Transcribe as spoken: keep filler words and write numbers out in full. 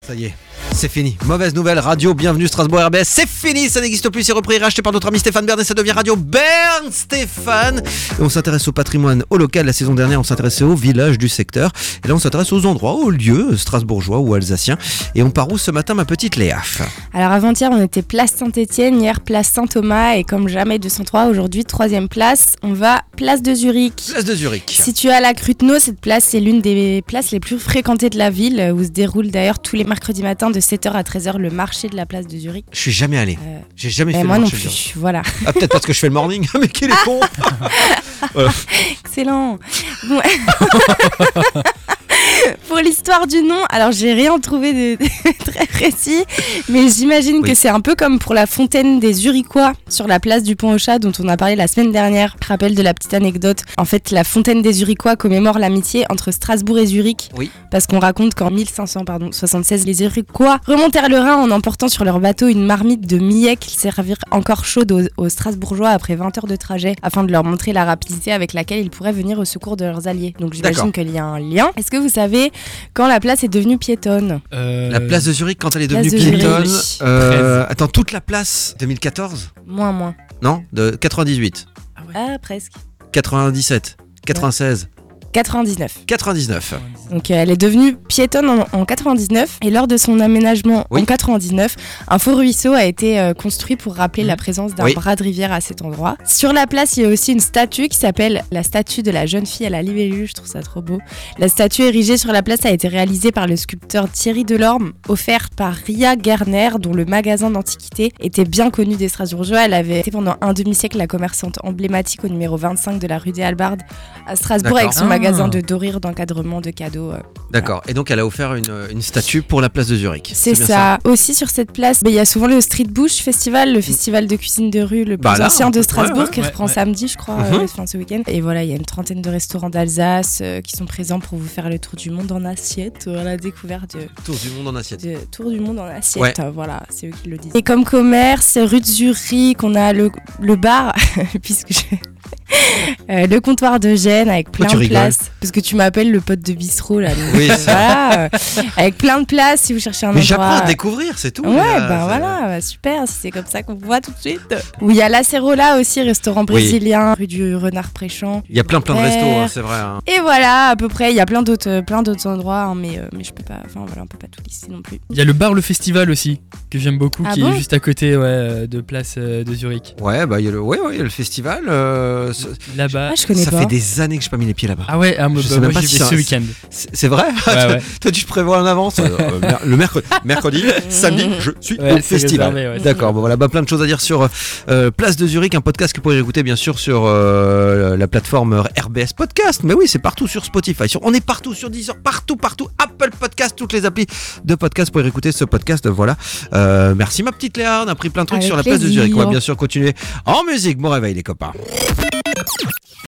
Ça y est, c'est fini. Mauvaise nouvelle, radio, bienvenue Strasbourg R B S. C'est fini, ça n'existe plus, c'est repris et racheté par notre ami Stéphane Bern et ça devient Radio Bern Stéphane. Et on s'intéresse au patrimoine, au local. La saison dernière, on s'intéressait aux villages du secteur. Et là, on s'intéresse aux endroits, aux lieux strasbourgeois ou alsaciens. Et on part où ce matin, ma petite Léa? Alors avant-hier, on était place Saint-Étienne, hier place Saint-Thomas et comme jamais deux cent trois, aujourd'hui troisième place, on va place de Zurich. Place de Zurich. Située à la Cruteno, cette place c'est l'une des places les plus fréquentées de la ville où se déroule d'ailleurs tous les mercredis matins de sept heures à treize heures le marché de la place de Zurich. Je suis jamais allé. Euh... J'ai jamais fait moi le non marché plus, de Zurich. Voilà. Ah, peut-être parce que je fais le morning, mais qu'il est con. Voilà. Excellent. Bon. Pour l'histoire du nom, alors j'ai rien trouvé de, de très précis, mais j'imagine oui. que c'est un peu comme pour la fontaine des Zurichois sur la place du Pont-au-Chat dont on a parlé la semaine dernière. Rappel de la petite anecdote. En fait, la fontaine des Zurichois commémore l'amitié entre Strasbourg et Zurich. Oui. Parce qu'on raconte qu'en mille cinq cents soixante-seize, les Zurichois remontèrent le Rhin en emportant sur leur bateau une marmite de millet qu'ils servirent encore chaude aux, aux Strasbourgeois après vingt heures de trajet afin de leur montrer la rapidité avec laquelle ils pourraient venir au secours de leurs alliés. Donc j'imagine qu'il y a un lien. Est-ce que vous savez quand la place est devenue piétonne? euh... La place de Zurich, quand elle est devenue piétonne, euh, attends, toute la place deux mille quatorze? Moins, moins. Non, de quatre-vingt-dix-huit. Ah, ouais. Ah presque. quatre-vingt-dix-sept, quatre-vingt-seize. Ouais. quatre-vingt-dix-neuf. quatre-vingt-dix-neuf. Donc euh, elle est devenue piétonne en, en quatre-vingt-dix-neuf et lors de son aménagement oui. en quatre-vingt-dix-neuf, un faux ruisseau a été euh, construit pour rappeler mmh. la présence d'un oui. bras de rivière à cet endroit. Sur la place, il y a aussi une statue qui s'appelle la statue de la jeune fille à la libellule, je trouve ça trop beau. La statue érigée sur la place a été réalisée par le sculpteur Thierry Delorme, offerte par Ria Gerner, dont le magasin d'antiquités était bien connu des Strasbourgeois. Elle avait été pendant un demi-siècle la commerçante emblématique au numéro vingt-cinq de la rue des Halbardes à Strasbourg. D'accord. Avec son ah. magasin de dorures, d'encadrement, de cadeaux. Euh, D'accord, voilà. Et donc elle a offert une, une statue pour la place de Zurich. C'est, c'est ça. ça. Aussi sur cette place, il y a souvent le Street Bush Festival, le festival de cuisine de rue le plus bah là, ancien de Strasbourg, ouais, ouais, qui reprend ouais, ouais. samedi, je crois, mm-hmm. euh, fin ce week-end. Et voilà, il y a une trentaine de restaurants d'Alsace euh, qui sont présents pour vous faire le tour du monde en assiette, euh, à la découverte de... Tour du monde en assiette. De, tour du monde en assiette, ouais. euh, voilà, c'est eux qui le disent. Et comme commerce, rue de Zurich, on a le, le bar, puisque je... Euh, le comptoir de Gênes avec plein de places parce que tu m'appelles le pote de bistrot là donc, oui, euh, voilà, euh, avec plein de places si vous cherchez un mais endroit. Mais j'apprends à découvrir, c'est tout. Ouais, là, bah c'est... voilà, bah, super, si c'est comme ça qu'on voit tout de suite. Où il y a l'Acerola aussi, restaurant brésilien, oui. rue du Renard Préchant. Il y a plein plein de restos, hein, c'est vrai. Hein. Et voilà, à peu près, il y a plein d'autres, plein d'autres endroits, hein, mais euh, mais je peux pas, enfin voilà, on peut pas tout lister non plus. Il y a le bar Le Festival aussi que j'aime beaucoup, ah qui bon est juste à côté, ouais, de place euh, de Zurich. Ouais, bah il y a le, ouais, ouais, il y a le festival. Euh, là-bas. Ah, je connais ça pas. fait des années que j'ai pas mis les pieds là-bas. Ah ouais, ah, moi, bah, moi j'y vais ce week-end. C'est, c'est vrai ouais, ouais. Toi tu te prévois en avance. euh, le mercredi, mercredi samedi, je suis ouais, au festival. Réservé, ouais, D'accord, bon voilà, bah, plein de choses à dire sur euh, Place de Zurich, un podcast que vous pourrez écouter bien sûr sur euh, la plateforme R B S Podcast. Mais oui, c'est partout sur Spotify. Sur, on est partout sur Deezer, partout, partout. Apple Podcast, toutes les applis de podcast pour écouter ce podcast. Voilà. Euh, merci ma petite Léa, on a appris plein de trucs avec sur la plaisir. Place de Zurich. On va bien sûr continuer en musique. Bon réveil les copains.